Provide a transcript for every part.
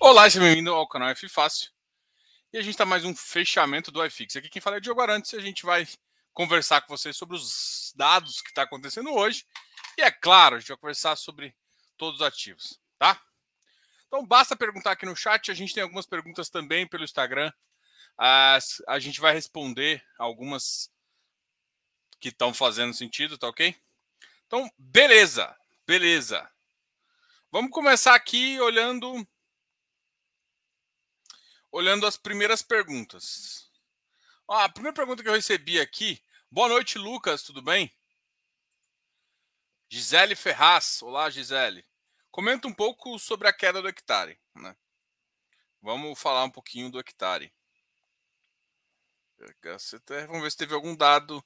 Olá, seja bem-vindo ao canal F Fácil. E a gente está mais um fechamento do iFix. Aqui quem fala é Diogo Arantes e a gente vai conversar com vocês sobre os dados que está acontecendo hoje. E é claro, a gente vai conversar sobre todos os ativos, tá? Então basta perguntar aqui no chat, a gente tem algumas perguntas também pelo Instagram. A gente vai responder algumas que estão fazendo sentido, tá ok? Então, beleza. Vamos começar aqui olhando as primeiras perguntas. A primeira pergunta que eu recebi aqui. Boa noite, Lucas, tudo bem? Gisele Ferraz. Olá, Gisele. Comenta um pouco sobre a queda do hectare, né? Vamos falar um pouquinho do hectare. Vamos ver se teve algum dado.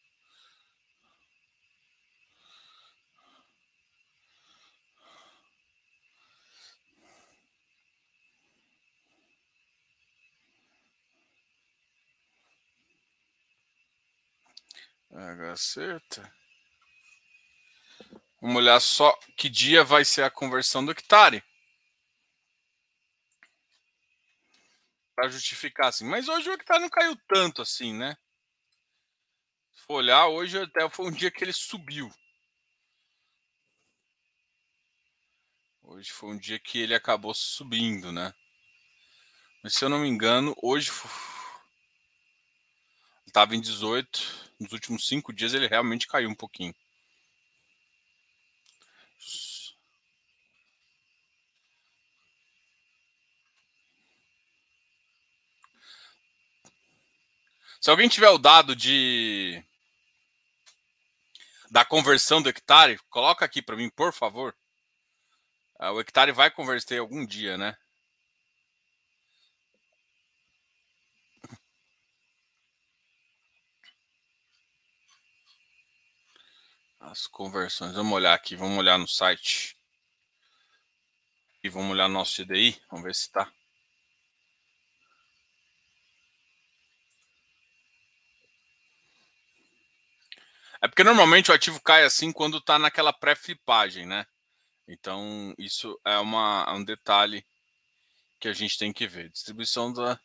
Gaceta. Vamos olhar só que dia vai ser a conversão do hectare. Para justificar assim. Mas hoje o hectare não caiu tanto assim, né? Se for olhar, hoje até foi um dia que ele subiu. Hoje foi um dia que ele acabou subindo, né? Mas se eu não me engano, hoje estava em 18. Nos últimos 5 dias ele realmente caiu um pouquinho. Se alguém tiver o dado da conversão do hectare, coloca aqui para mim, por favor. O hectare vai converter algum dia, né? As conversões. Vamos olhar aqui, vamos olhar no site. E vamos olhar no nosso CDI, vamos ver se está. É porque normalmente o ativo cai assim quando está naquela pré-flipagem, né? Então, isso é um detalhe que a gente tem que ver. Distribuição da...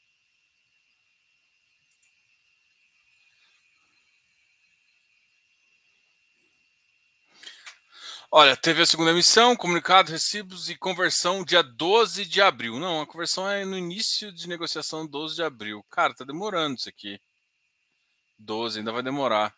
Olha, teve a segunda emissão, comunicado, recibos e conversão dia 12 de abril. Não, a conversão é no início de negociação 12 de abril. Cara, tá demorando isso aqui. 12, ainda vai demorar.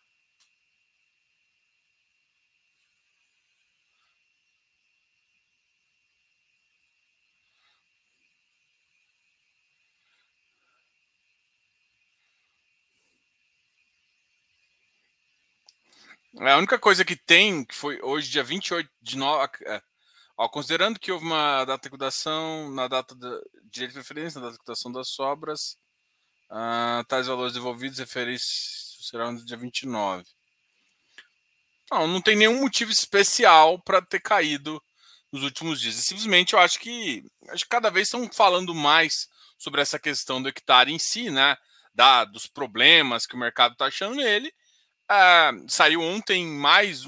A única coisa que tem, que foi hoje, dia 28 de novembro, considerando que houve uma data de liquidação, na data de direito de preferência, na data de liquidação das sobras, tais valores devolvidos serão no dia 29. Não tem nenhum motivo especial para ter caído nos últimos dias. E simplesmente eu acho que cada vez estão falando mais sobre essa questão do hectare em si, né? Dos problemas que o mercado está achando nele. Saiu ontem mais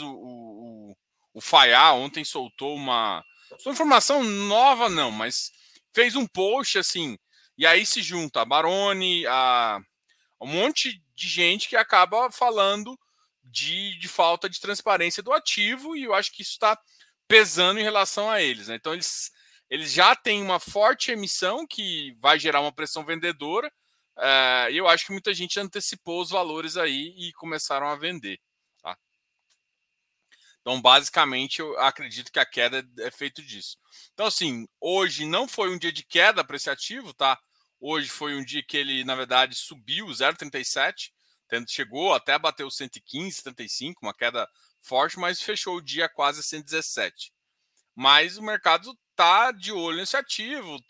o Fayá, ontem soltou uma informação nova, não, mas fez um post assim, e aí se junta a Baroni, um monte de gente que acaba falando de falta de transparência do ativo, e eu acho que isso está pesando em relação a eles, né? Então eles já têm uma forte emissão que vai gerar uma pressão vendedora, e eu acho que muita gente antecipou os valores aí e começaram a vender. Tá? Então, basicamente, eu acredito que a queda é feito disso. Então, assim, hoje não foi um dia de queda para esse ativo, tá? Hoje foi um dia que ele, na verdade, subiu 0,37, chegou até a bater o 115, 75, uma queda forte, mas fechou o dia quase 117. Mas o mercado tá de olho nesse ativo,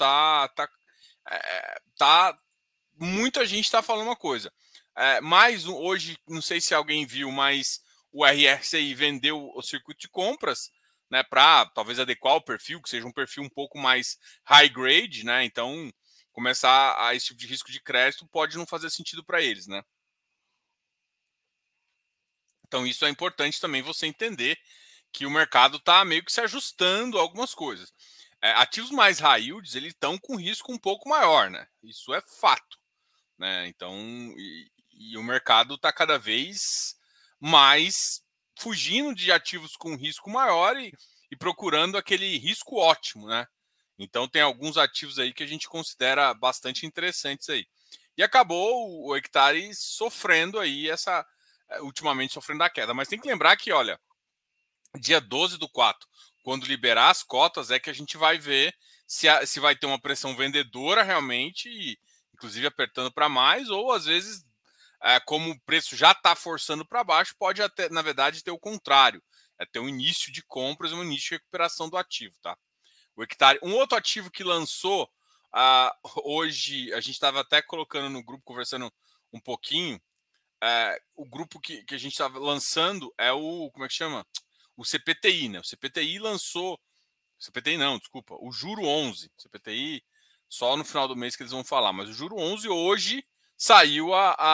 muita gente está falando uma coisa. Mas hoje, não sei se alguém viu, mas o RSI vendeu o circuito de compras, né, para talvez adequar o perfil, que seja um perfil um pouco mais high grade, né? Então, começar a esse tipo de risco de crédito pode não fazer sentido para eles, né? Então, isso é importante também você entender que o mercado está meio que se ajustando a algumas coisas. Ativos mais high yields, eles estão com risco um pouco maior, né? Isso é fato, né? Então, e o mercado está cada vez mais fugindo de ativos com risco maior e procurando aquele risco ótimo, né? Então tem alguns ativos aí que a gente considera bastante interessantes aí. E acabou o hectare sofrendo aí ultimamente sofrendo a queda. Mas tem que lembrar que, olha, dia 12/4, quando liberar as cotas, é que a gente vai ver se vai ter uma pressão vendedora realmente, inclusive apertando para mais, ou às vezes, como o preço já está forçando para baixo, pode até, na verdade, ter o contrário. Ter um início de compras e um início de recuperação do ativo, tá? O hectare. Um outro ativo que lançou hoje, a gente estava até colocando no grupo, conversando um pouquinho. O grupo que a gente estava lançando é o. Como é que chama? O CPTI, né? O CPTI lançou. CPTI não, desculpa. O Juro 11. CPTI só no final do mês que eles vão falar. Mas o Juro 11 hoje saiu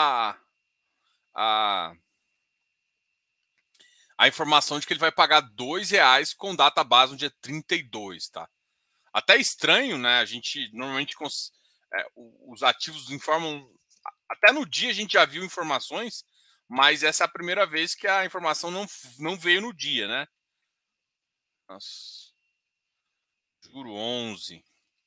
a informação de que ele vai pagar R$ 2 com data base no dia 32, tá? Até estranho, né? A gente normalmente os ativos informam. Até no dia a gente já viu informações, mas essa é a primeira vez que a informação não veio no dia, né? Nossa, Juro 11.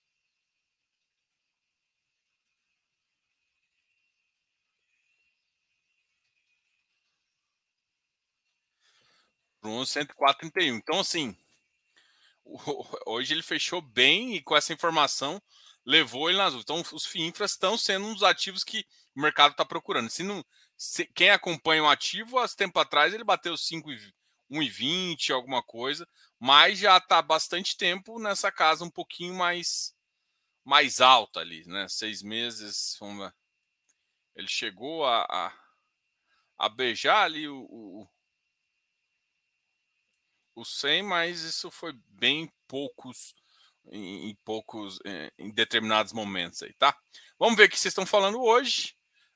Juro 11, 104,31. Então, assim, hoje ele fechou bem e com essa informação levou ele nas ruas. Então, os FIINFRAs estão sendo um dos ativos que o mercado está procurando. Quem acompanha o ativo, há tempo atrás ele bateu 1,20, alguma coisa, mas já está bastante tempo nessa casa um pouquinho mais alta ali, né? 6 meses. Vamos ver. Ele chegou a beijar ali o 100, mas isso foi bem poucos em determinados momentos aí, tá? Vamos ver o que vocês estão falando hoje.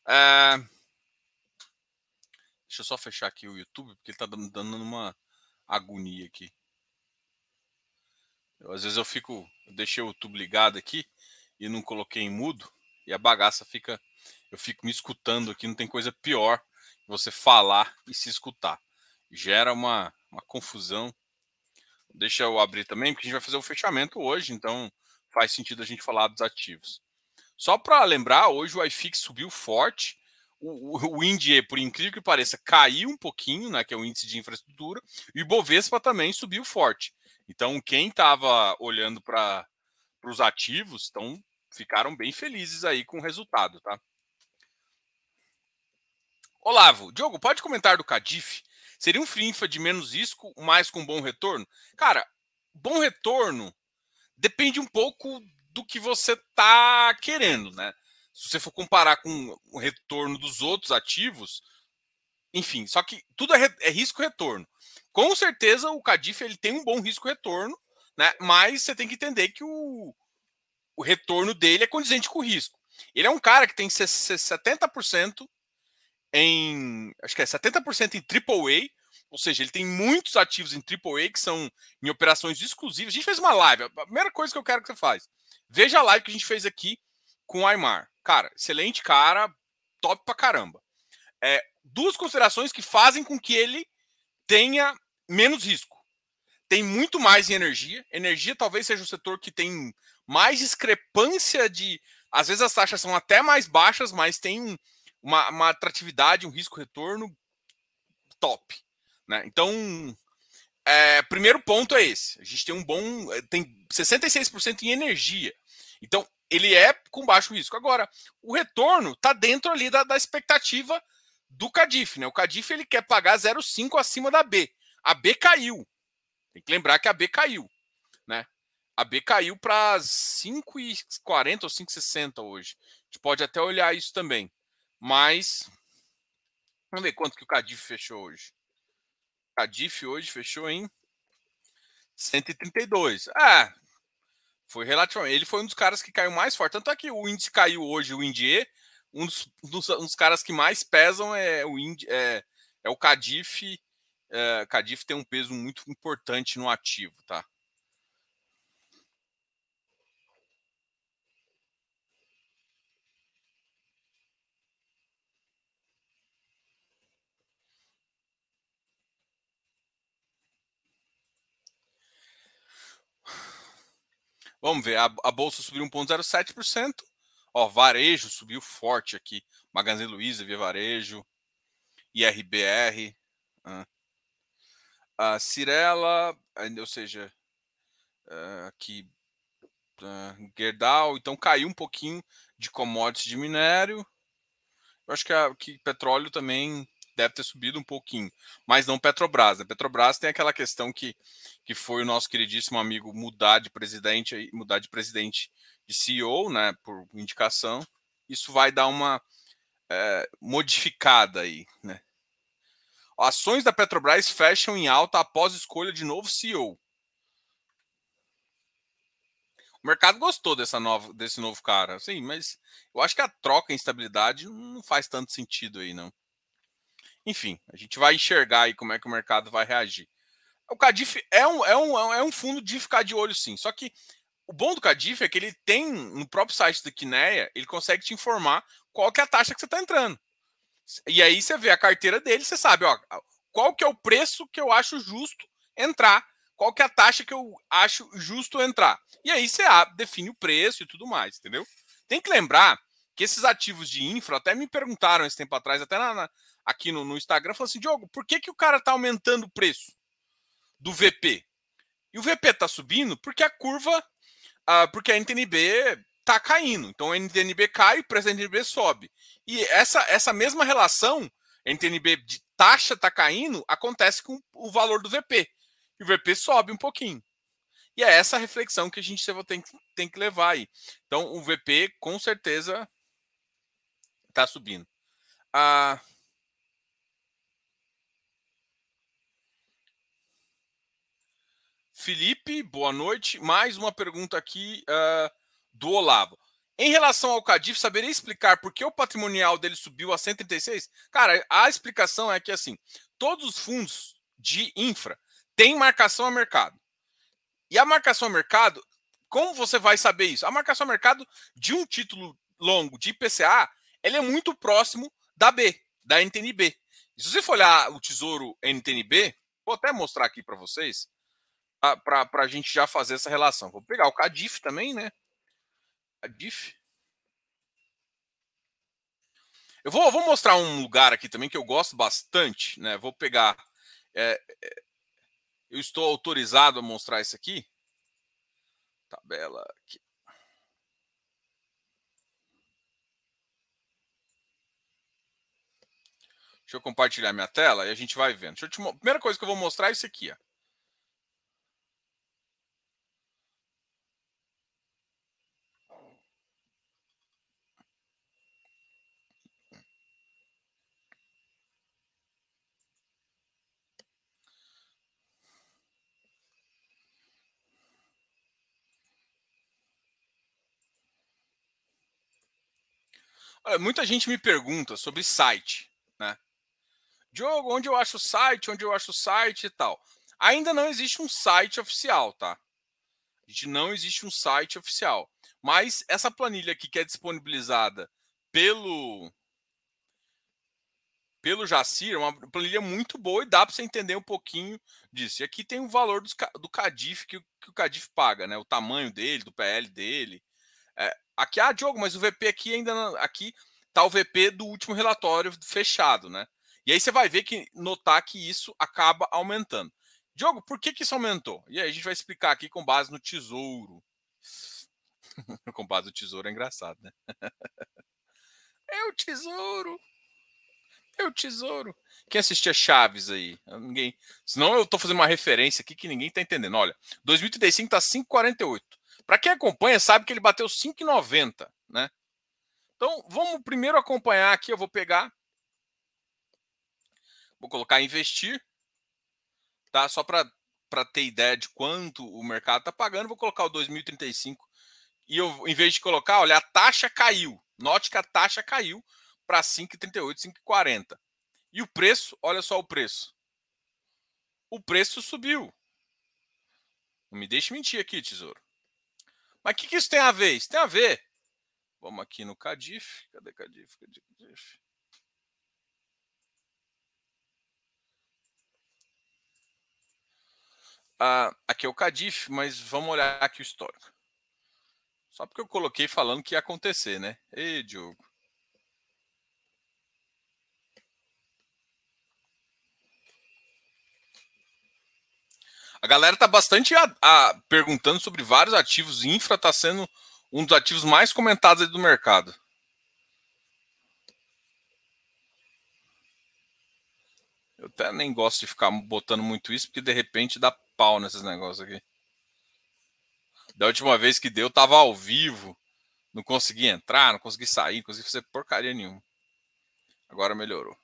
Deixa eu só fechar aqui o YouTube, porque ele tá dando uma agonia aqui. Às vezes eu deixei o YouTube ligado aqui e não coloquei em mudo, e a bagaça fica, eu fico me escutando aqui, não tem coisa pior que você falar e se escutar. Gera uma confusão. Deixa eu abrir também, porque a gente vai fazer o fechamento hoje, então faz sentido a gente falar dos ativos. Só para lembrar, hoje o iFix subiu forte. O INDE, por incrível que pareça, caiu um pouquinho, né, que é o índice de infraestrutura, e o Ibovespa também subiu forte. Então, quem estava olhando para os ativos, ficaram bem felizes aí com o resultado, tá? Olavo, Diogo, pode comentar do Cadif? Seria um FINFA de menos risco, mas com bom retorno? Cara, bom retorno depende um pouco do que você está querendo, né? Se você for comparar com o retorno dos outros ativos, enfim, só que tudo é risco-retorno. Com certeza o Cadif ele tem um bom risco-retorno, né? Mas você tem que entender que o retorno dele é condizente com o risco. Ele é um cara que tem 70% acho que é 70% em AAA, ou seja, ele tem muitos ativos em AAA que são em operações exclusivas. A gente fez uma live, a primeira coisa que eu quero que você faz, veja a live que a gente fez aqui com o Aymar. Cara, excelente cara, top pra caramba. Duas considerações que fazem com que ele tenha menos risco. Tem muito mais em energia. Energia talvez seja o setor que tem mais discrepância de... Às vezes as taxas são até mais baixas, mas tem uma atratividade, um risco-retorno top. Né? Então, primeiro ponto é esse. A gente tem tem 66% em energia. Então, ele é com baixo risco. Agora, o retorno está dentro ali da expectativa do Cadif. Né? O Cadif ele quer pagar 0,5 acima da B. A B caiu. Tem que lembrar que a B caiu. Né? A B caiu para 5,40 ou 5,60 hoje. A gente pode até olhar isso também. Mas, vamos ver quanto que o Cadif fechou hoje. O Cadif hoje fechou em 132. Foi relativamente. Ele foi um dos caras que caiu mais forte. Tanto é que o índice caiu hoje, o INDE. Um dos caras que mais pesam é o Cadif CADIF tem um peso muito importante no ativo, tá? Vamos ver, a bolsa subiu 1,07%. Ó, varejo subiu forte aqui. Magazine Luiza, Via Varejo, IRBR, a Cirela, ou seja, aqui Gerdau, então caiu um pouquinho de commodities de minério. Eu acho que petróleo também deve ter subido um pouquinho, mas não Petrobras. A Petrobras tem aquela questão que foi o nosso queridíssimo amigo mudar de presidente de CEO, né, por indicação. Isso vai dar uma modificada aí, né? Ações da Petrobras fecham em alta após escolha de novo CEO. O mercado gostou desse novo cara, sim, mas eu acho que a troca em estabilidade não faz tanto sentido aí, não. Enfim, a gente vai enxergar aí como é que o mercado vai reagir. O Cadif é um fundo de ficar de olho, sim. Só que o bom do Cadif é que ele tem, no próprio site do Kinea, ele consegue te informar qual que é a taxa que você está entrando. E aí você vê a carteira dele, você sabe, ó, qual que é o preço que eu acho justo entrar, qual que é a taxa que eu acho justo entrar. E aí você define o preço e tudo mais, entendeu? Tem que lembrar que esses ativos de infra, até me perguntaram esse tempo atrás, até aqui no Instagram, falaram assim, Diogo, por que o cara está aumentando o preço do VP? E o VP está subindo porque a curva, porque a NTNB está caindo. Então a NTNB cai, o preço da NTNB sobe. E essa mesma relação, NTNB de taxa está caindo, acontece com o valor do VP. E o VP sobe um pouquinho. E é essa reflexão que a gente tem que levar aí. Então o VP com certeza está subindo. Felipe, boa noite. Mais uma pergunta aqui do Olavo. Em relação ao Cadif, saberia explicar por que o patrimonial dele subiu a 136? Cara, a explicação é que assim, todos os fundos de infra têm marcação a mercado. E a marcação a mercado, como você vai saber isso? A marcação a mercado de um título longo de IPCA, ele é muito próximo da NTNB. Se você for olhar o Tesouro NTNB, vou até mostrar aqui para vocês, para a gente já fazer essa relação. Vou pegar o Cadif também, né? Cadif. Eu vou mostrar um lugar aqui também que eu gosto bastante, né? Vou pegar. Eu estou autorizado a mostrar isso aqui. Tabela aqui. Deixa eu compartilhar minha tela e a gente vai vendo. Primeira coisa que eu vou mostrar é isso aqui. Ó. Olha, muita gente me pergunta sobre site, né? Diogo, onde eu acho o site, e tal. Ainda não existe um site oficial, tá? A gente não existe um site oficial. Mas essa planilha aqui que é disponibilizada pelo Jacir, é uma planilha muito boa e dá para você entender um pouquinho disso. E aqui tem o valor do Cadif que o Cadif paga, né? O tamanho dele, do PL dele. Aqui, Diogo, mas o VP aqui ainda não, aqui tá o VP do último relatório fechado, né? E aí você vai ver notar que isso acaba aumentando. Diogo, por que isso aumentou? E aí a gente vai explicar aqui com base no Tesouro. Com base no Tesouro é engraçado, né? É o Tesouro. É o Tesouro. Quem assistia Chaves aí? Ninguém. Senão eu tô fazendo uma referência aqui que ninguém tá entendendo. Olha, 2035 tá 5,48. Para quem acompanha, sabe que ele bateu 5,90, né? Então, vamos primeiro acompanhar aqui. Eu vou pegar. Vou colocar investir, tá? Só para ter ideia de quanto o mercado está pagando, vou colocar o 2035. E eu, em vez de colocar, olha, a taxa caiu. Note que a taxa caiu para 5,38, 5,40. E o preço, olha só o preço. o preço subiu. Não me deixe mentir aqui, tesouro. Mas o que isso tem a ver? Isso tem a ver. Vamos aqui no Cadif. Cadê Cadif? Aqui é o Cadif, mas vamos olhar aqui o histórico. Só porque eu coloquei falando que ia acontecer, né? Ei, Diogo. A galera tá bastante perguntando sobre vários ativos. Infra está sendo um dos ativos mais comentados do mercado. Eu até nem gosto de ficar botando muito isso, porque de repente dá pau nesses negócios aqui. Da última vez que deu, tava ao vivo. Não consegui entrar, não consegui sair, não consegui fazer porcaria nenhuma. Agora melhorou.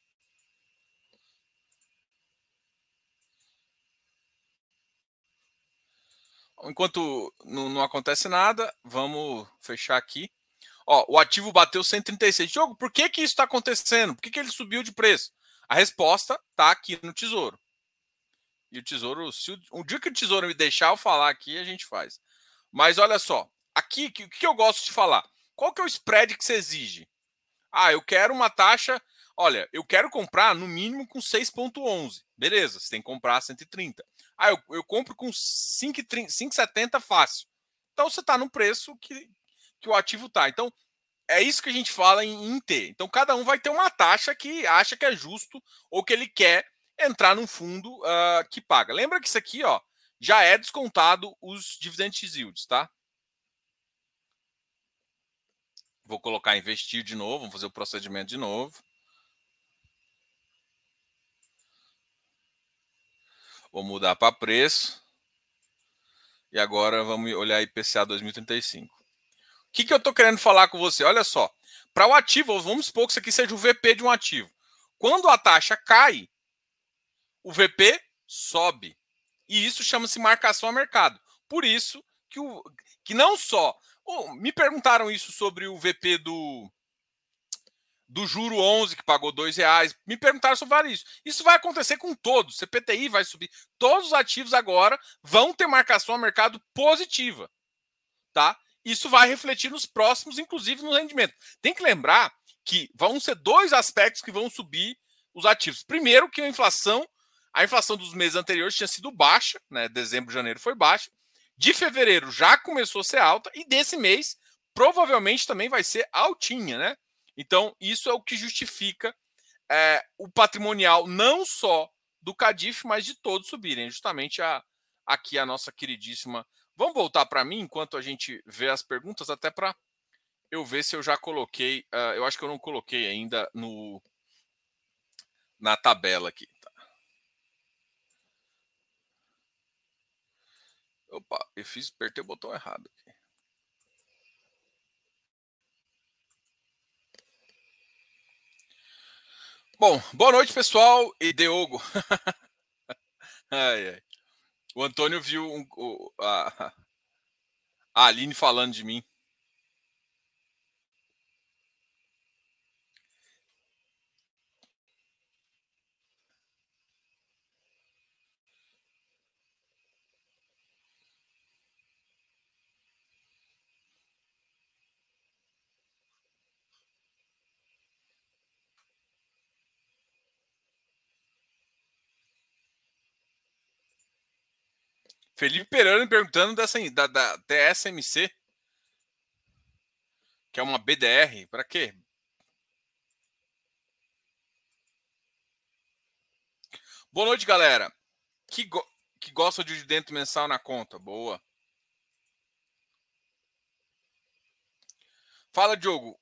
Enquanto não acontece nada, vamos fechar aqui. Ó, o ativo bateu 136. Diogo, por que isso está acontecendo? Por que ele subiu de preço? A resposta está aqui no Tesouro. E o Tesouro, se o dia que o Tesouro me deixar eu falar aqui, a gente faz. Mas olha só, aqui, o que eu gosto de falar? Qual que é o spread que você exige? Eu quero uma taxa... Olha, eu quero comprar no mínimo com 6,11. Beleza, você tem que comprar 130. Eu compro com 5,70 fácil. Então você está no preço que o ativo está. Então, é isso que a gente fala em ter. Então, cada um vai ter uma taxa que acha que é justo ou que ele quer entrar num fundo que paga. Lembra que isso aqui já é descontado os dividend yields, tá? Vou colocar investir de novo, vamos fazer o procedimento de novo. Vou mudar para preço. E agora vamos olhar IPCA 2035. O que eu estou querendo falar com você? Olha só. Para o ativo, vamos supor que isso aqui seja o VP de um ativo. Quando a taxa cai, o VP sobe. E isso chama-se marcação a mercado. Por isso que não só... me perguntaram isso sobre o VP do juro 11, que pagou R$2. Me perguntaram sobre isso. Isso vai acontecer com todos. CPTI vai subir. Todos os ativos agora vão ter marcação a mercado positiva. Tá? Isso vai refletir nos próximos, inclusive no rendimento. Tem que lembrar que vão ser dois aspectos que vão subir os ativos. Primeiro, que a inflação dos meses anteriores tinha sido baixa, né? Dezembro, janeiro foi baixa. De fevereiro já começou a ser alta e desse mês provavelmente também vai ser altinha, né? Então, isso é o que justifica o patrimonial não só do Cadif, mas de todos subirem. Justamente aqui a nossa queridíssima... Vamos voltar para mim enquanto a gente vê as perguntas, até para eu ver se eu já coloquei. Eu acho que eu não coloquei ainda na tabela aqui. Tá. Opa, apertei o botão errado aqui. Bom, boa noite, pessoal. E Diogo. Ai. O Antônio viu a Aline falando de mim. Felipe Perano perguntando da TSMC, que é uma BDR. Para quê? Boa noite, galera. Que gosta de dividendo mensal na conta. Boa. Fala, Diogo.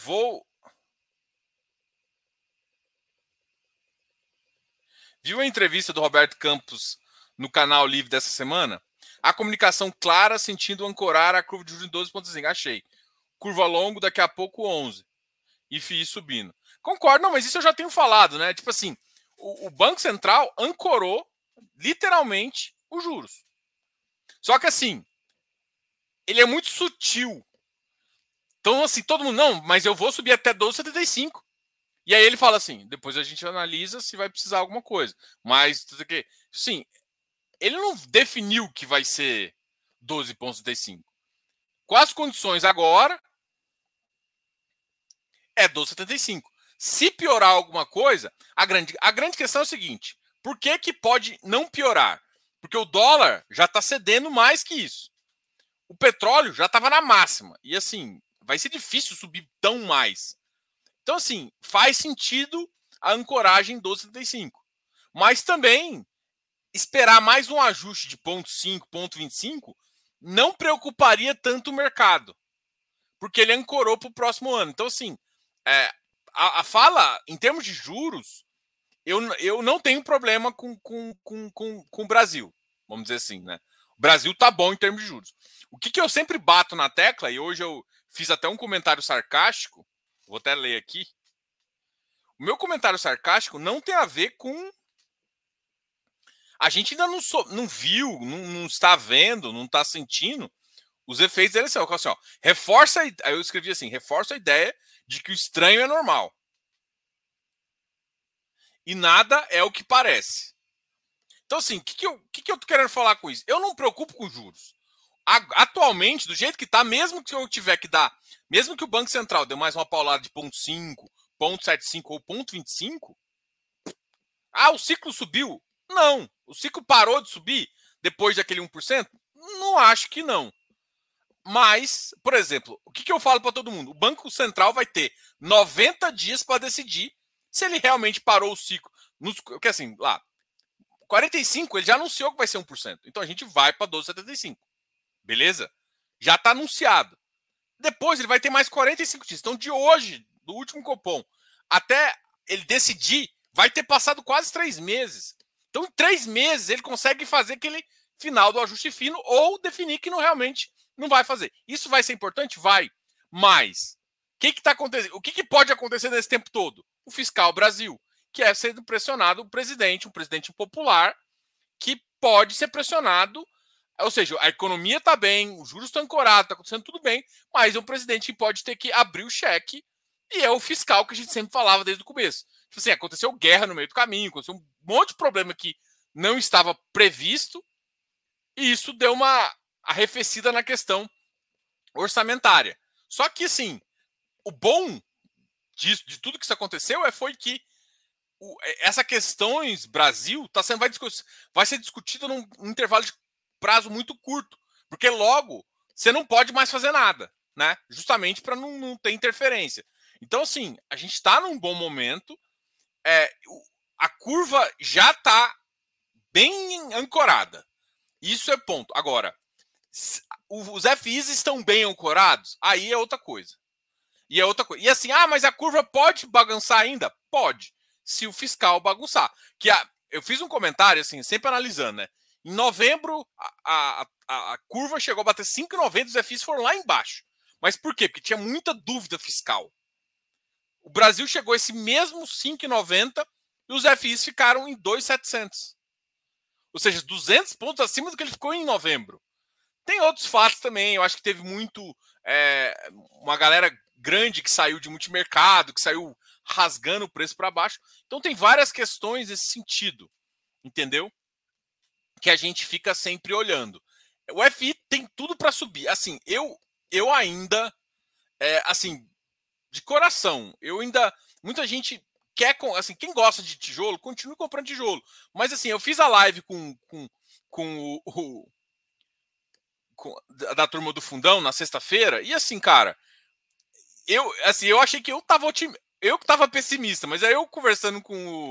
Viu a entrevista do Roberto Campos no canal Livre dessa semana? A comunicação clara sentindo ancorar a curva de juros em 12,5. Achei. Curva longo, daqui a pouco 11. E FII subindo. Concordo, não, mas isso eu já tenho falado, né? Tipo assim, o Banco Central ancorou literalmente os juros. Só que assim, ele é muito sutil. Então, assim, todo mundo, não, mas eu vou subir até 12,75. E aí ele fala assim, depois a gente analisa se vai precisar alguma coisa. Mas, Sim, ele não definiu que vai ser 12,75. Com as condições agora, é 12,75. Se piorar alguma coisa, a grande questão é o seguinte: por que, que pode não piorar? Porque o dólar já está cedendo mais que isso. O petróleo já estava na máxima. E assim, vai ser difícil subir tão mais. Então, assim, faz sentido a ancoragem 12,75. Mas também esperar mais um ajuste de 0,5, 0,25 não preocuparia tanto o mercado, porque ele ancorou para o próximo ano. Então, assim, a fala, em termos de juros, eu não tenho problema com o Brasil, vamos dizer assim, né? O Brasil tá bom em termos de juros. O que eu sempre bato na tecla, e hoje eu fiz até um comentário sarcástico, vou até ler aqui. O meu comentário sarcástico não tem a ver com. A gente ainda não viu, não está vendo, não está sentindo os efeitos da eleição. Assim, ó, reforça. Aí eu escrevi assim: reforça a ideia de que o estranho é normal. E nada é o que parece. Então, assim, o que eu tô querendo falar com isso? Eu não me preocupo com juros. Atualmente, do jeito que está, mesmo que eu tiver que dar, mesmo que o Banco Central dê mais uma paulada de 0,5, 0,75 ou 0,25, o ciclo subiu? Não. O ciclo parou de subir depois daquele 1%? Não acho que não. Mas, por exemplo, o que eu falo para todo mundo? O Banco Central vai ter 90 dias para decidir se ele realmente parou o ciclo. Porque assim, lá, 45 ele já anunciou que vai ser 1%. Então a gente vai para 12,75. Beleza? Já está anunciado. Depois ele vai ter mais 45 dias. Então de hoje, do último Copom, até ele decidir, vai ter passado quase 3 meses. Então em 3 meses ele consegue fazer aquele final do ajuste fino ou definir que não realmente não vai fazer. Isso vai ser importante? Vai. Mas o que tá acontecendo? O que pode acontecer nesse tempo todo? O fiscal Brasil, que é sendo pressionado um presidente popular, que pode ser pressionado. Ou seja, a economia está bem, os juros estão ancorados, está acontecendo tudo bem, mas é um presidente que pode ter que abrir o cheque e é o fiscal que a gente sempre falava desde o começo. Tipo assim, aconteceu guerra no meio do caminho, aconteceu um monte de problema que não estava previsto e isso deu uma arrefecida na questão orçamentária. Só que, assim, o bom disso, de tudo que isso aconteceu foi que essa questões Brasil vai ser discutida num intervalo de prazo muito curto, porque logo você não pode mais fazer nada, né? Justamente para não ter interferência. Então, assim, a gente está num bom momento, a curva já está bem ancorada. Isso é ponto. Agora, os FIs estão bem ancorados? Aí é outra coisa. E assim, mas a curva pode bagunçar ainda? Pode, se o fiscal bagunçar. Eu fiz um comentário, assim, sempre analisando, né? Em novembro, a curva chegou a bater 5,90 e os FIs foram lá embaixo. Mas por quê? Porque tinha muita dúvida fiscal. O Brasil chegou a esse mesmo 5,90 e os FIs ficaram em 2,700. Ou seja, 200 pontos acima do que ele ficou em novembro. Tem outros fatos também. Eu acho que teve muito. Uma galera grande que saiu de multimercado, que saiu rasgando o preço para baixo. Então tem várias questões nesse sentido, entendeu? Que a gente fica sempre olhando. O FI tem tudo para subir. Assim, eu ainda, assim, de coração, muita gente quer, assim, quem gosta de tijolo, continue comprando tijolo. Mas assim, eu fiz a live com da turma do Fundão na sexta-feira e assim, cara, eu achei que eu tava eu que tava pessimista, mas aí eu conversando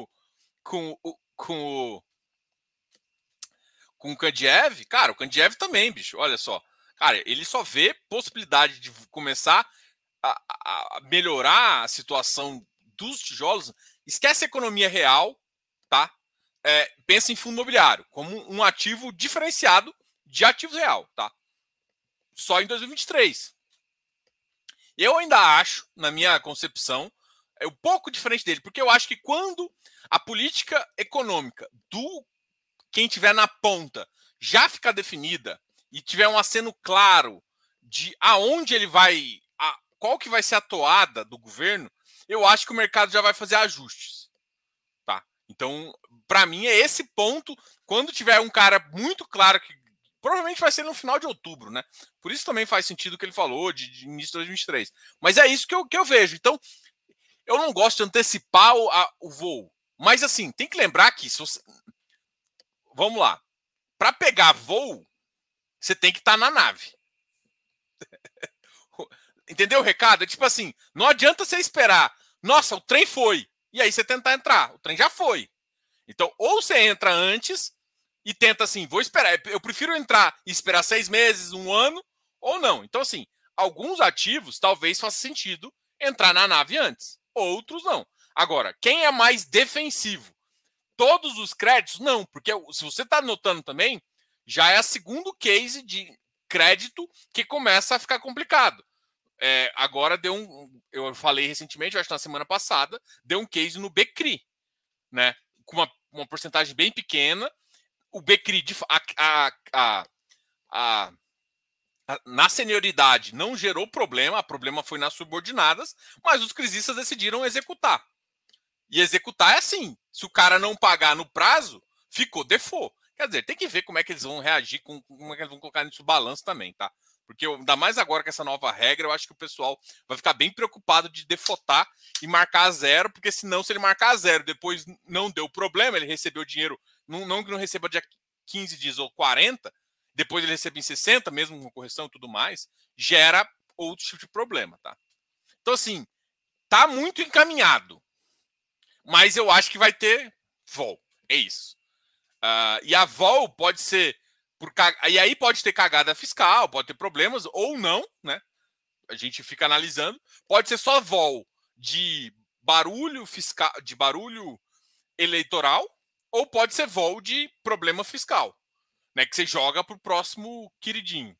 com o Kandiev, cara, o Kandiev também, bicho, olha só. Cara, ele só vê possibilidade de começar a melhorar a situação dos tijolos. Esquece a economia real, tá? Pensa em fundo imobiliário como um ativo diferenciado de ativo real, tá? Só em 2023. Eu ainda acho, na minha concepção, um pouco diferente dele, porque eu acho que quando a política econômica do quem tiver na ponta já ficar definida e tiver um aceno claro de aonde ele vai, qual que vai ser a toada do governo, eu acho que o mercado já vai fazer ajustes, tá? Então, para mim, é esse ponto. Quando tiver um cara muito claro que provavelmente vai ser no final de outubro, né? Por isso também faz sentido o que ele falou de início de 2023. Mas é isso que eu vejo. Então, eu não gosto de antecipar o voo. Mas, assim, tem que lembrar que... Vamos lá. Para pegar voo, você tem que estar na nave. Entendeu o recado? É tipo assim, não adianta você esperar. Nossa, o trem foi. E aí você tentar entrar. O trem já foi. Então, ou você entra antes e tenta assim, vou esperar. Eu prefiro entrar e esperar 6 meses, um ano, ou não. Então, assim, alguns ativos talvez faça sentido entrar na nave antes. Outros não. Agora, quem é mais defensivo? Todos os créditos? Não, porque se você está notando também, já é a segundo case de crédito que começa a ficar complicado. Agora deu eu falei recentemente, eu acho que na semana passada, deu um case no Becri, né? Com uma porcentagem bem pequena. O Becri, na senioridade, não gerou problema, o problema foi nas subordinadas, mas os crisistas decidiram executar. E executar é assim: se o cara não pagar no prazo, ficou default. Quer dizer, tem que ver como é que eles vão reagir, como é que eles vão colocar nisso balanço também, tá? Porque ainda mais agora com essa nova regra, eu acho que o pessoal vai ficar bem preocupado de defotar e marcar a zero, porque senão, se ele marcar a zero, depois não deu problema, ele recebeu dinheiro, não que não receba dia 15 dias ou 40, depois ele recebe em 60, mesmo com correção e tudo mais, gera outro tipo de problema, tá? Então, assim, tá muito encaminhado, mas eu acho que vai ter vol. É isso. E a vol pode ser. E aí pode ter cagada fiscal, pode ter problemas, ou não, né? A gente fica analisando. Pode ser só vol de barulho fiscal, de barulho eleitoral, ou pode ser vol de problema fiscal, né? Que você joga pro próximo queridinho.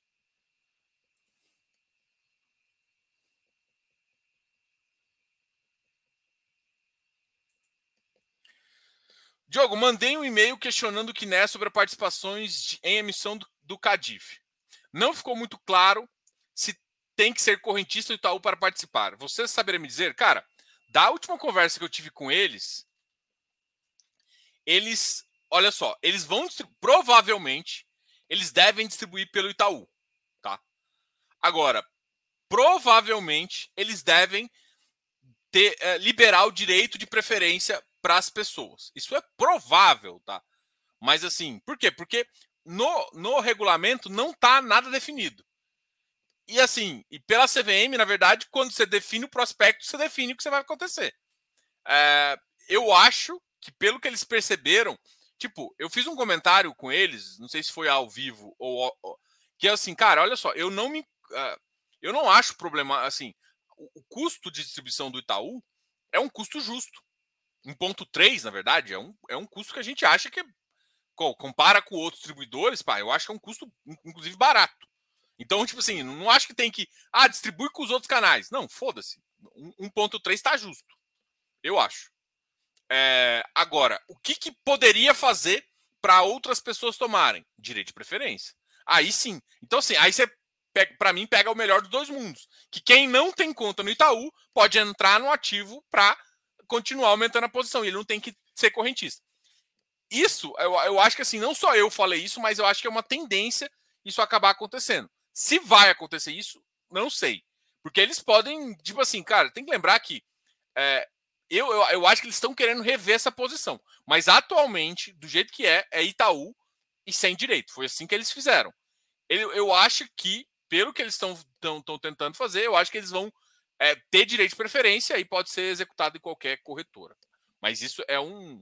Diogo, mandei um e-mail questionando o que é sobre participações em emissão do CADIF. Não ficou muito claro se tem que ser correntista do Itaú para participar. Você saberia me dizer? Cara, da última conversa que eu tive com eles, olha só, eles vão provavelmente, eles devem distribuir pelo Itaú, tá? Agora, provavelmente, eles devem liberar o direito de preferência para as pessoas. Isso é provável, tá? Mas assim, por quê? Porque no regulamento não está nada definido. E assim, e pela CVM, na verdade, quando você define o prospecto, você define o que vai acontecer. Eu acho que, pelo que eles perceberam, tipo, eu fiz um comentário com eles, não sei se foi ao vivo ou que é assim, cara, olha só, eu não acho problema, assim, o custo de distribuição do Itaú é um custo justo. 1,3, na verdade, é um custo que a gente acha que compara com outros distribuidores, pá, eu acho que é um custo, inclusive, barato. Então, tipo assim, não acho que tem que. Distribui com os outros canais. Não, foda-se. 1,3 está justo. Eu acho. Agora, o que poderia fazer para outras pessoas tomarem? Direito de preferência. Aí sim. Então, assim, aí você, para mim, pega o melhor dos dois mundos. Que quem não tem conta no Itaú pode entrar no ativo para continuar aumentando a posição. E ele não tem que ser correntista. Isso, eu acho que assim, não só eu falei isso, mas eu acho que é uma tendência isso acabar acontecendo. Se vai acontecer isso, não sei. Porque eles podem, tipo assim, cara, tem que lembrar que eu acho que eles estão querendo rever essa posição. Mas atualmente, do jeito que é Itaú e sem direito. Foi assim que eles fizeram. Eu acho que, pelo que eles estão tentando fazer, eu acho que eles vão ter direito de preferência e pode ser executado em qualquer corretora. Mas isso é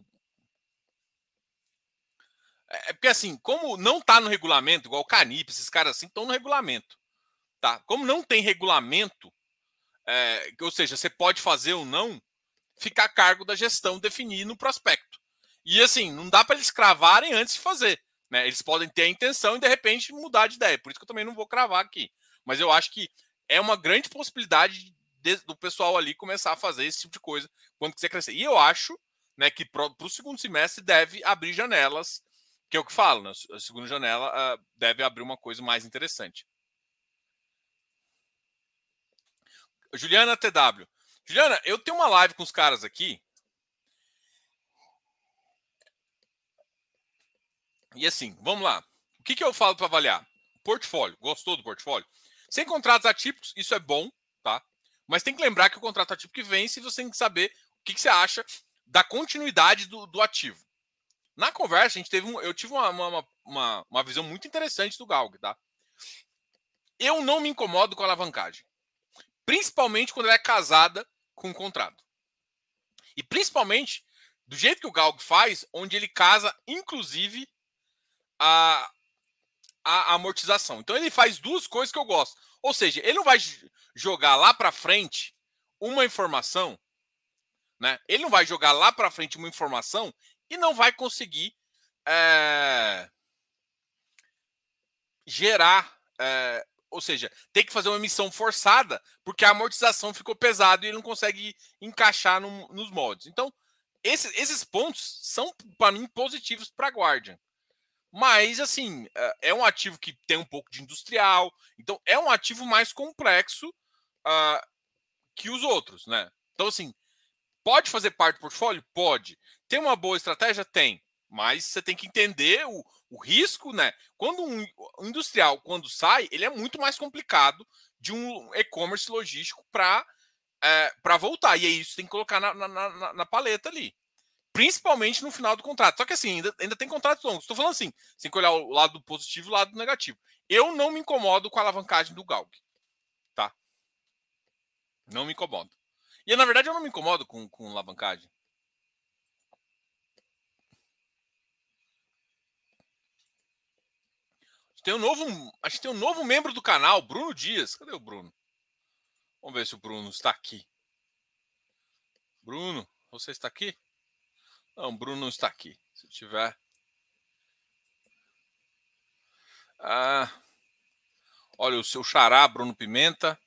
porque assim, como não está no regulamento, igual o Canip, esses caras assim estão no regulamento, tá? Como não tem regulamento, ou seja, você pode fazer ou não, fica a cargo da gestão definir no prospecto. E assim, não dá para eles cravarem antes de fazer, né? Eles podem ter a intenção e de repente mudar de ideia. Por isso que eu também não vou cravar aqui. Mas eu acho que é uma grande possibilidade do pessoal ali começar a fazer esse tipo de coisa quando quiser crescer. E eu acho, né, que para o segundo semestre deve abrir janelas, que é o que falo, né? A segunda janela deve abrir uma coisa mais interessante. Juliana TW. Juliana, eu tenho uma live com os caras aqui. E assim, vamos lá. O que eu falo para avaliar? Portfólio. Gostou do portfólio? Sem contratos atípicos, isso é bom, tá? Mas tem que lembrar que o contrato atípico vence e você tem que saber o que você acha da continuidade do ativo. Na conversa, eu tive uma visão muito interessante do Galg, tá? Eu não me incomodo com a alavancagem. Principalmente quando ela é casada com o contrato. E principalmente do jeito que o Galg faz, onde ele casa, inclusive, a, a amortização. Então ele faz duas coisas que eu gosto. Ou seja, ele não vai jogar lá para frente uma informação, né? Ele não vai jogar lá para frente uma informação e não vai conseguir gerar, ou seja, tem que fazer uma emissão forçada porque a amortização ficou pesada e ele não consegue encaixar nos moldes. Então, esses pontos são, para mim, positivos para a Guardian. Mas, assim, é um ativo que tem um pouco de industrial. Então, é um ativo mais complexo que os outros, né? Então, assim, pode fazer parte do portfólio? Pode. Tem uma boa estratégia? Tem. Mas você tem que entender o risco, né? Quando um industrial, quando sai, ele é muito mais complicado de um e-commerce logístico para voltar. E aí isso tem que colocar na paleta ali. Principalmente no final do contrato. Só que assim, ainda tem contratos longos. Estou falando assim, tem que olhar o lado positivo e o lado negativo. Eu não me incomodo com a alavancagem do Galg. Tá? Não me incomodo. E na verdade eu não me incomodo com alavancagem. A gente tem um novo membro do canal, Bruno Dias. Cadê o Bruno? Vamos ver se o Bruno está aqui. Bruno, você está aqui? Não, o Bruno não está aqui. Se tiver. Olha, o seu xará, Bruno Pimenta.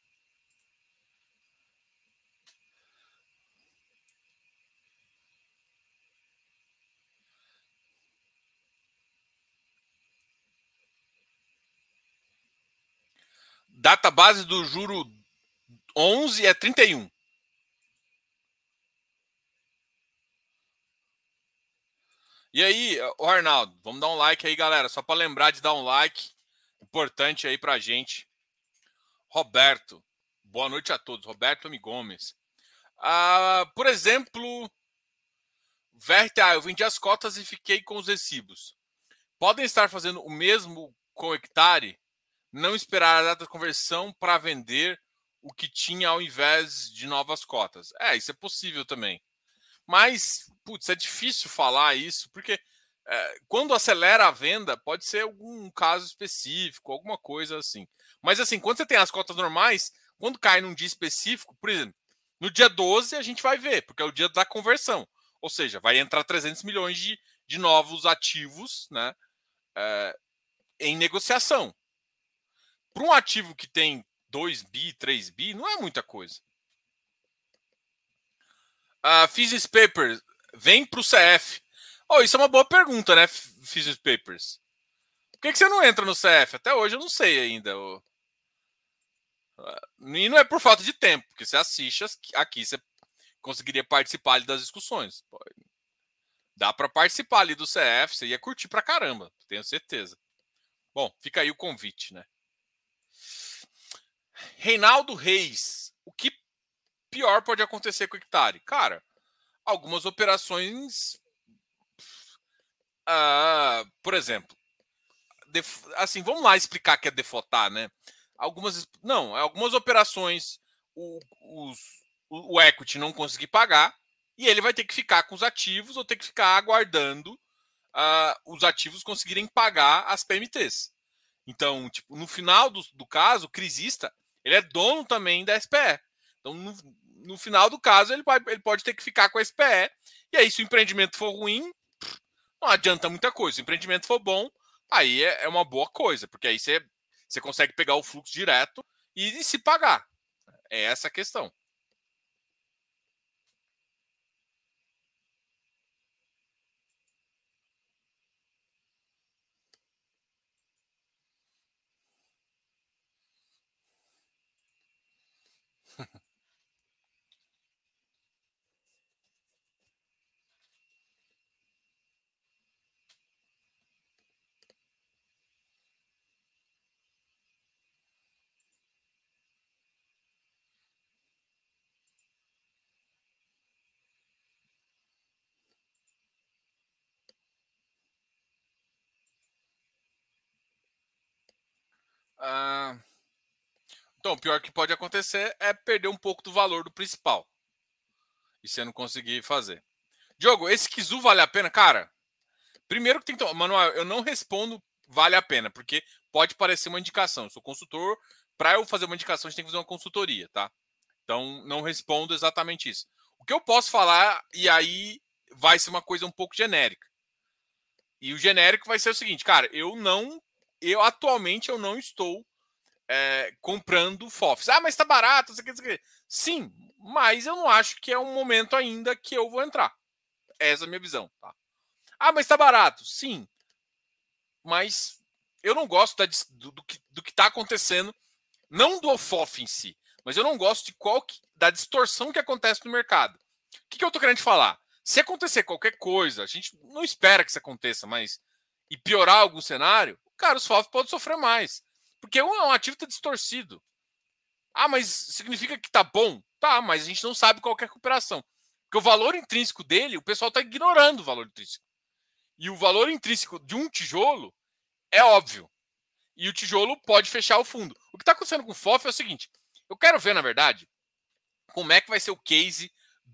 Data base do juro 11 é 31. E aí, o Arnaldo, vamos dar um like aí, galera. Só para lembrar de dar um like. Importante aí pra gente. Roberto. Boa noite a todos. Roberto M. Gomes. Por exemplo, VRTA, eu vendi as cotas e fiquei com os recibos. Podem estar fazendo o mesmo com o hectare? Não esperar a data de conversão para vender o que tinha ao invés de novas cotas. Isso é possível também. Mas, putz, é difícil falar isso, porque quando acelera a venda, pode ser algum caso específico, alguma coisa assim. Mas, assim, quando você tem as cotas normais, quando cai num dia específico, por exemplo, no dia 12 a gente vai ver, porque é o dia da conversão. Ou seja, vai entrar 300 milhões de novos ativos, né, em negociação. Para um ativo que tem 2 bi, 3 bi, não é muita coisa. Physis Papers vem para o CF. Isso é uma boa pergunta, né, Physis Papers? Por que você não entra no CF? Até hoje eu não sei ainda. E não é por falta de tempo, porque você assiste aqui, você conseguiria participar ali das discussões. Dá para participar ali do CF, você ia curtir pra caramba, tenho certeza. Bom, fica aí o convite, né? Reinaldo Reis, o que pior pode acontecer com o hectare? Cara, algumas operações. Por exemplo, assim, vamos lá explicar o que é defotar, né? Algumas operações o equity não conseguir pagar e ele vai ter que ficar com os ativos ou ter que ficar aguardando os ativos conseguirem pagar as PMTs. Então, tipo, no final do caso, o crisista ele é dono também da SPE. Então, no final do caso, ele pode ter que ficar com a SPE. E aí, se o empreendimento for ruim, não adianta muita coisa. Se o empreendimento for bom, aí é uma boa coisa, porque aí você consegue pegar o fluxo direto e se pagar. É essa a questão. Ah, então, o pior que pode acontecer é perder um pouco do valor do principal. E você não conseguir fazer. Diogo, esse Kizu vale a pena? Cara, primeiro que tem que tomar. Manuel, eu não respondo vale a pena, porque pode parecer uma indicação. Eu sou consultor. Para eu fazer uma indicação, a gente tem que fazer uma consultoria, tá? Então, não respondo exatamente isso. O que eu posso falar, e aí vai ser uma coisa um pouco genérica. E o genérico vai ser o seguinte, cara, eu atualmente eu não estou comprando FOFs. Ah, mas tá barato, não sei o que, não sei o que. Sim, mas eu não acho que é um momento ainda que eu vou entrar. Essa é a minha visão, tá? Ah, mas tá barato. Sim, mas eu não gosto do que tá acontecendo, não do FOF em si, mas eu não gosto da distorção que acontece no mercado. O que eu tô querendo te falar? Se acontecer qualquer coisa, a gente não espera que isso aconteça, mas e piorar algum cenário, cara, os FOF podem sofrer mais. Porque um ativo está distorcido. Ah, mas significa que tá bom? Tá, mas a gente não sabe qual é a recuperação. Porque o valor intrínseco dele, o pessoal está ignorando o valor intrínseco. E o valor intrínseco de um tijolo é óbvio. E o tijolo pode fechar o fundo. O que está acontecendo com o FOF é o seguinte: eu quero ver, na verdade, como é que vai ser o case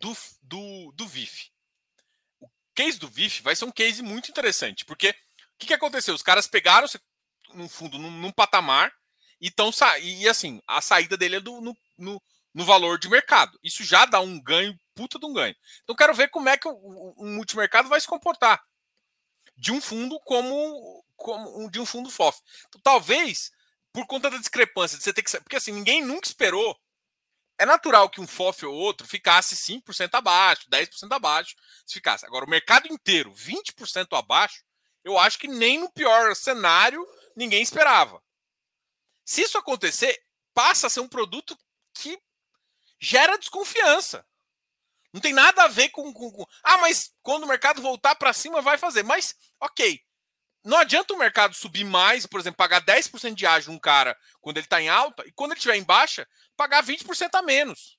do VIF. O case do VIF vai ser um case muito interessante, porque o que aconteceu? Os caras pegaram no fundo num patamar e estão e assim, a saída dele é no valor de mercado. Isso já dá um ganho, puta de um ganho. Então quero ver como é que o multimercado vai se comportar de um fundo como de um fundo FOF. Então, talvez por conta da discrepância de você ter que, porque assim, ninguém nunca esperou. É natural que um FOF ou outro ficasse 5% abaixo, 10% abaixo, se ficasse. Agora, o mercado inteiro, 20% abaixo, eu acho que nem no pior cenário ninguém esperava. Se isso acontecer, passa a ser um produto que gera desconfiança. Não tem nada a ver com. Ah, mas quando o mercado voltar para cima, vai fazer. Mas, ok. Não adianta o mercado subir mais, por exemplo, pagar 10% de ágio num cara quando ele está em alta, e quando ele estiver em baixa, pagar 20% a menos.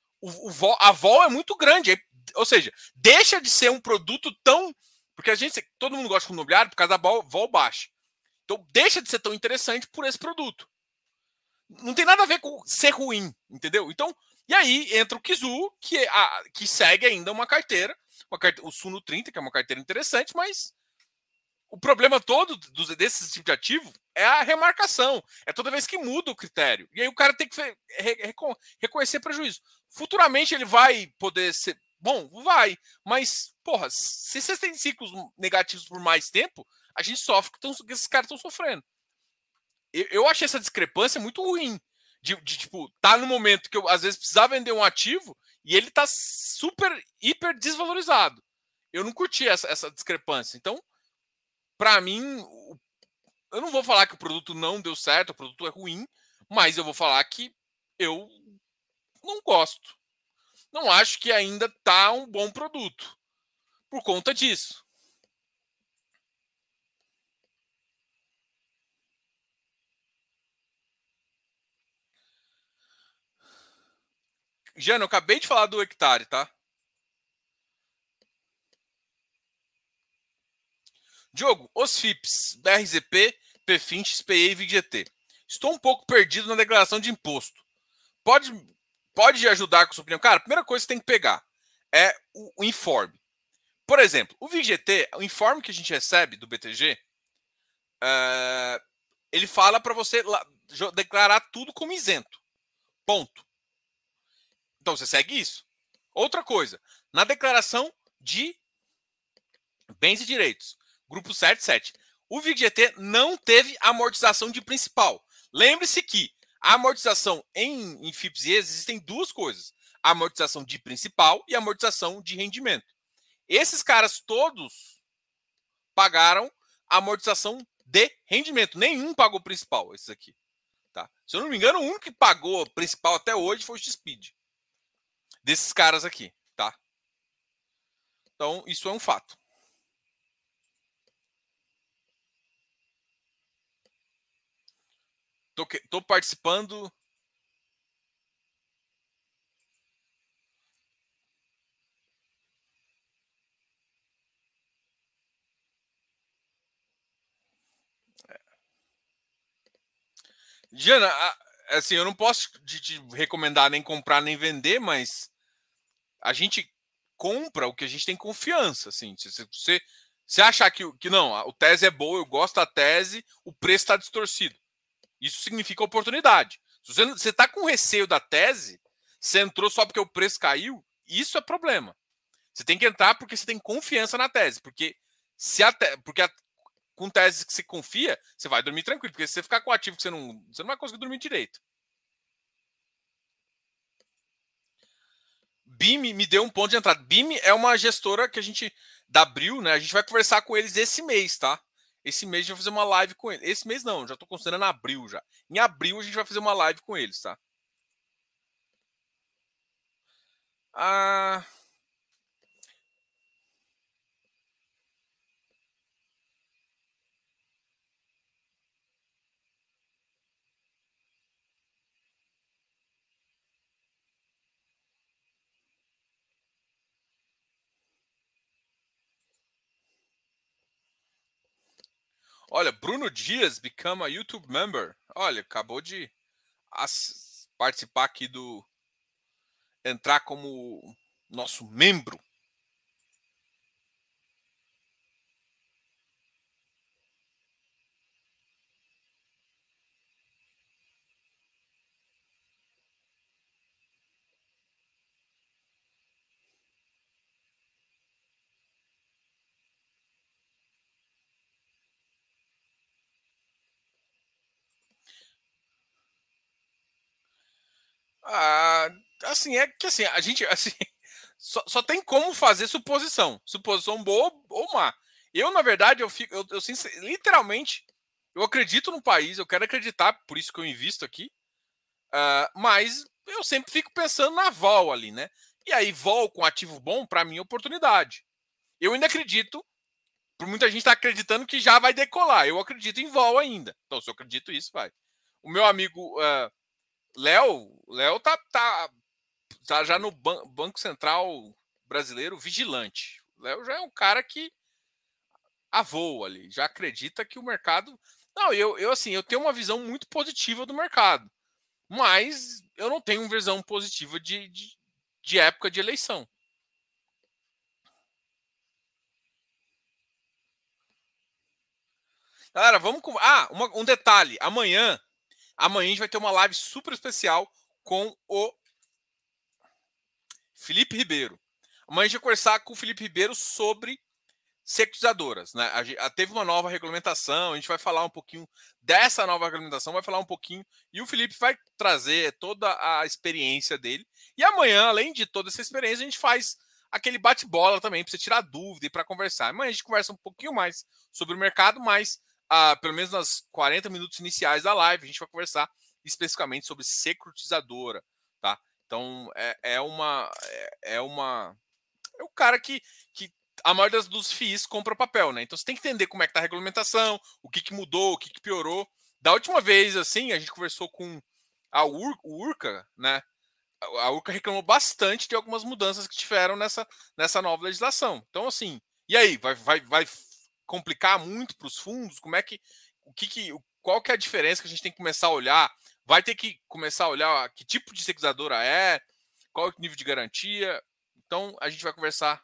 A vol é muito grande. Ou seja, deixa de ser um produto tão. Porque todo mundo gosta de fundo imobiliário por causa da vol baixa. Então, deixa de ser tão interessante por esse produto. Não tem nada a ver com ser ruim, entendeu? Então, e aí entra o Kizu, que segue ainda o Suno 30, que é uma carteira interessante, mas o problema todo desse tipo de ativo é a remarcação. É toda vez que muda o critério. E aí o cara tem que reconhecer prejuízo. Futuramente ele vai poder ser. Bom, vai. Mas, porra, se vocês têm ciclos negativos por mais tempo, a gente sofre que esses caras estão sofrendo. Eu achei essa discrepância muito ruim. Tipo, tá no momento que eu às vezes precisava vender um ativo e ele tá super, hiper desvalorizado. Eu não curti essa discrepância. Então, para mim, eu não vou falar que o produto não deu certo, o produto é ruim, mas eu vou falar que eu não gosto. Não acho que ainda tá um bom produto por conta disso. Jano, eu acabei de falar do hectare, tá? Diogo, os FIPS, BRZP, PFIN, XPE e VGT. Estou um pouco perdido na declaração de imposto. Pode, pode ajudar com a sua opinião? Cara, a primeira coisa que você tem que pegar é o informe. Por exemplo, o VGT, o informe que a gente recebe do BTG, ele fala para você declarar tudo como isento. Ponto. Então você segue isso. Outra coisa, na declaração de bens e direitos, grupo 77, o VGT não teve amortização de principal. Lembre-se que a amortização em FIPS e ES existem duas coisas: a amortização de principal e a amortização de rendimento. Esses caras todos pagaram a amortização de rendimento. Nenhum pagou principal, esses aqui. Tá? Se eu não me engano, o único que pagou principal até hoje foi o X-Speed. Desses caras aqui, tá? Então, isso é um fato. Tô participando. Jana, assim, eu não posso te recomendar nem comprar nem vender, mas a gente compra o que a gente tem confiança, assim. Se você achar que não, o tese é boa, eu gosto da tese, o preço está distorcido. Isso significa oportunidade. Se você está com receio da tese, você entrou só porque o preço caiu, isso é problema. Você tem que entrar porque você tem confiança na tese, porque com teses que você confia, você vai dormir tranquilo, porque se você ficar com ativo que você não vai conseguir dormir direito. BIM me deu um ponto de entrada. BIM é uma gestora que a gente da Abril, né? A gente vai conversar com eles esse mês, tá? Esse mês a gente vai fazer uma live com eles. Esse mês não, já tô considerando abril já. Em abril a gente vai fazer uma live com eles, tá? Ah, olha, Bruno Dias become a YouTube member. Olha, acabou de participar aqui do entrar como nosso membro. Ah, assim, é que assim, a gente assim, só tem como fazer suposição. Suposição boa ou má. Eu, na verdade, literalmente, eu acredito no país, eu quero acreditar, por isso que eu invisto aqui. Mas eu sempre fico pensando na vol ali, né? E aí, vol com ativo bom, para mim, é oportunidade. Eu ainda acredito, por muita gente tá acreditando que já vai decolar. Eu acredito em vol ainda. Então, se eu acredito isso, vai. O meu amigo Léo tá já no Banco Central Brasileiro vigilante. O Léo já é um cara que avoa ali, já acredita que o mercado. Não, eu assim, eu tenho uma visão muito positiva do mercado, mas eu não tenho uma visão positiva de época de eleição. Galera, vamos com. Um detalhe: amanhã a gente vai ter uma live super especial com o Felipe Ribeiro. Amanhã a gente vai conversar com o Felipe Ribeiro sobre securitizadoras, né? Teve uma nova regulamentação, a gente vai falar um pouquinho dessa nova regulamentação, vai falar um pouquinho, e o Felipe vai trazer toda a experiência dele. E amanhã, além de toda essa experiência, a gente faz aquele bate-bola também, para você tirar dúvida e para conversar. Amanhã a gente conversa um pouquinho mais sobre o mercado, mas pelo menos nas 40 minutos iniciais da live, a gente vai conversar especificamente sobre securitizadora, tá? Então, é o cara que a maioria dos FIIs compra papel, né? Então você tem que entender como é que tá a regulamentação, o que mudou, o que piorou. Da última vez, assim, a gente conversou com o Urca, né? A Urca reclamou bastante de algumas mudanças que tiveram nessa nova legislação. Então, assim, e aí, vai complicar muito para os fundos? Como é que. Qual que é a diferença que a gente tem que começar a olhar? Vai ter que começar a olhar que tipo de securizadora é, qual é o nível de garantia. Então, a gente vai conversar.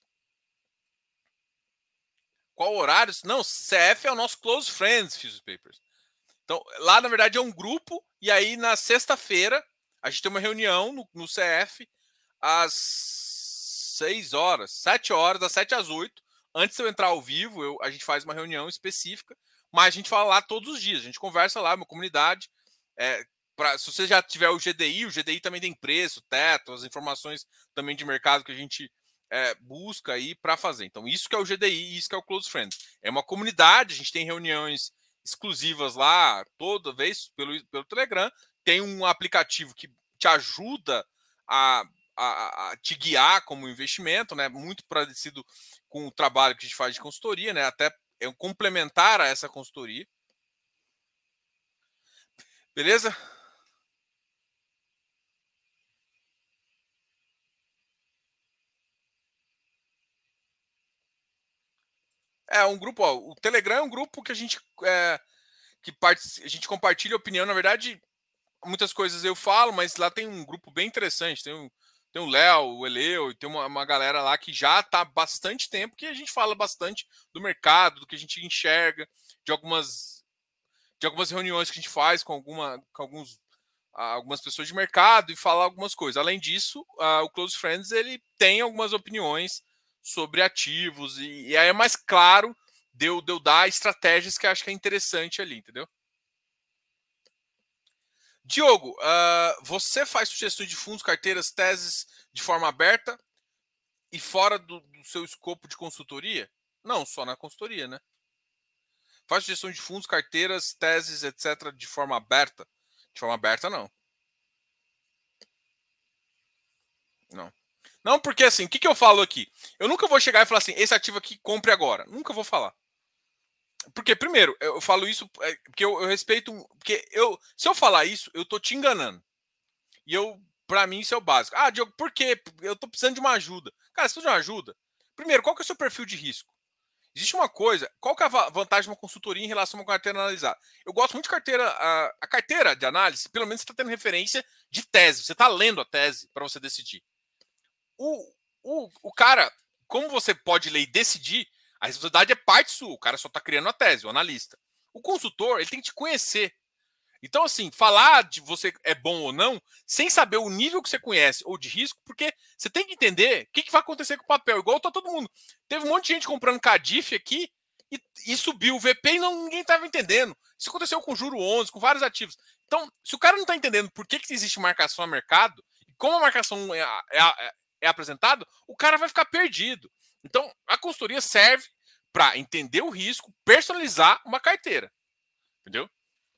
Qual horário? Não, CF é o nosso close friends, Fusion Papers. Então, lá na verdade é um grupo, e aí na sexta-feira a gente tem uma reunião no CF às 6 horas, 7 horas, das 7 às 8. Antes de eu entrar ao vivo, a gente faz uma reunião específica, mas a gente fala lá todos os dias, a gente conversa lá, uma comunidade. Se você já tiver o GDI também tem preço, teto, as informações também de mercado que a gente busca aí para fazer. Então, isso que é o GDI, isso que é o Close Friends. É uma comunidade, a gente tem reuniões exclusivas lá, toda vez pelo Telegram. Tem um aplicativo que te ajuda a, a te guiar como investimento, né? Muito parecido com o trabalho que a gente faz de consultoria, né? Até é um complementar a essa consultoria. Beleza? É um grupo, ó, o Telegram é um grupo que a gente a gente compartilha opinião. Na verdade, muitas coisas eu falo, mas lá tem um grupo bem interessante. Tem o Léo, o Eleu, e tem uma galera lá que já está há bastante tempo, que a gente fala bastante do mercado, do que a gente enxerga, de algumas reuniões que a gente faz com algumas pessoas de mercado e falar algumas coisas. Além disso, o Close Friends ele tem algumas opiniões sobre ativos e aí é mais claro de eu dar estratégias que eu acho que é interessante ali, entendeu? Diogo, você faz sugestões de fundos, carteiras, teses de forma aberta e fora do seu escopo de consultoria? Não, só na consultoria, né? Faz sugestão de fundos, carteiras, teses, etc. de forma aberta? De forma aberta, não. Não. Não, porque assim, o que eu falo aqui? Eu nunca vou chegar e falar assim, esse ativo aqui, compre agora. Nunca vou falar. Porque, primeiro, eu falo isso porque eu respeito. Porque se eu falar isso, eu tô te enganando. E pra mim, isso é o básico. Ah, Diogo, por quê? Eu tô precisando de uma ajuda. Cara, se precisa de uma ajuda, primeiro, qual que é o seu perfil de risco? Existe uma coisa, qual que é a vantagem de uma consultoria em relação a uma carteira analisada? Eu gosto muito de carteira, a carteira de análise, pelo menos você está tendo referência de tese, você está lendo a tese para você decidir. O cara, como você pode ler e decidir, a responsabilidade é parte sua, o cara só está criando a tese, o analista. O consultor, ele tem que te conhecer. Então, assim, falar de você é bom ou não, sem saber o nível que você conhece ou de risco, porque você tem que entender o que vai acontecer com o papel. Igual tá todo mundo. Teve um monte de gente comprando Cadif aqui e subiu o VP e ninguém estava entendendo. Isso aconteceu com o Juro 11, com vários ativos. Então, se o cara não está entendendo por que existe marcação a mercado, e como a marcação é apresentada, o cara vai ficar perdido. Então, a consultoria serve para entender o risco, personalizar uma carteira. Entendeu?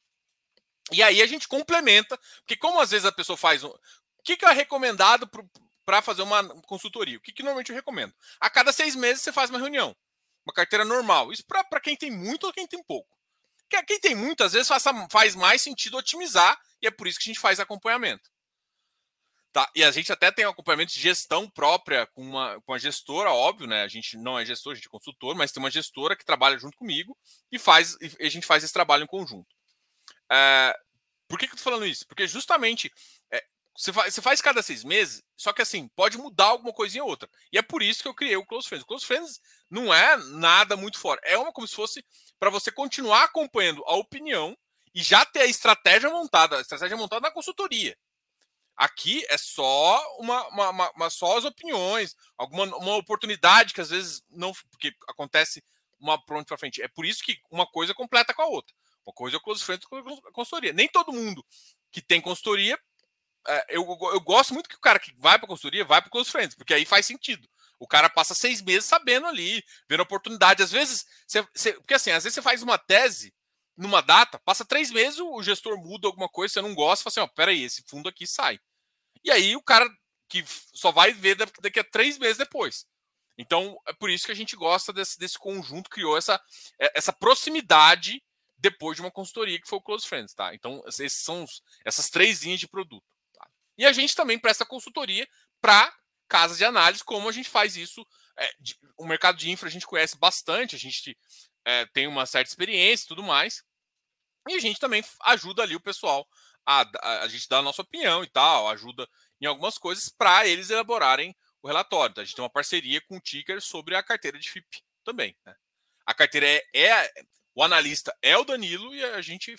E aí a gente complementa, porque como às vezes a pessoa faz. O que é recomendado para fazer uma consultoria? O que normalmente eu recomendo? A cada 6 meses você faz uma reunião. Uma carteira normal. Isso para quem tem muito ou quem tem pouco. Quem tem muito, às vezes, faz mais sentido otimizar, e é por isso que a gente faz acompanhamento. Tá? E a gente até tem um acompanhamento de gestão própria com uma gestora, óbvio, né? A gente não é gestor, a gente é consultor, mas tem uma gestora que trabalha junto comigo e a gente faz esse trabalho em conjunto. Por que eu tô falando isso? Porque justamente você faz cada 6 meses, só que assim, pode mudar alguma coisinha ou outra. E é por isso que eu criei o Close Friends. O Close Friends não é nada muito fora. É como se fosse para você continuar acompanhando a opinião e já ter a estratégia montada na consultoria. Aqui é só só as opiniões, uma oportunidade que às vezes não, porque acontece uma pronto para frente. É por isso que uma coisa completa com a outra. Uma coisa é o Close Friends com a consultoria. Nem todo mundo que tem consultoria. Eu gosto muito que o cara que vai para consultoria vai para Close Friends, porque aí faz sentido. O cara passa 6 meses sabendo ali, vendo a oportunidade. Às vezes, porque assim, às vezes você faz uma tese numa data, passa 3 meses, o gestor muda alguma coisa, você não gosta, fala assim, ó, peraí, esse fundo aqui sai. E aí o cara que só vai ver daqui a 3 meses depois. Então, é por isso que a gente gosta desse conjunto, criou essa proximidade depois de uma consultoria que foi o Close Friends, tá? Então, esses são essas 3 linhas de produto. Tá? E a gente também presta consultoria para casas de análise, como a gente faz isso. O mercado de infra a gente conhece bastante, a gente tem uma certa experiência e tudo mais. E a gente também ajuda ali o pessoal, a gente dá a nossa opinião e tal, ajuda em algumas coisas para eles elaborarem o relatório. Então, a gente tem uma parceria com o Ticker sobre a carteira de FIP também. Né? A carteira o analista é o Danilo e a gente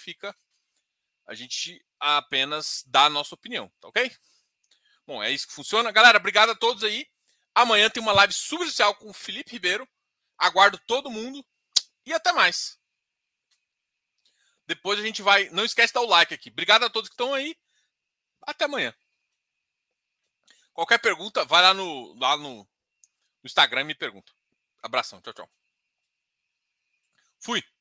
apenas dá a nossa opinião, tá ok? Bom, é isso que funciona. Galera, obrigado a todos aí. Amanhã tem uma live super especial com o Felipe Ribeiro. Aguardo todo mundo e até mais. Depois a gente vai. Não esquece de dar o like aqui. Obrigado a todos que estão aí. Até amanhã. Qualquer pergunta, vai lá no Instagram e me pergunta. Abração. Tchau, tchau. Fui.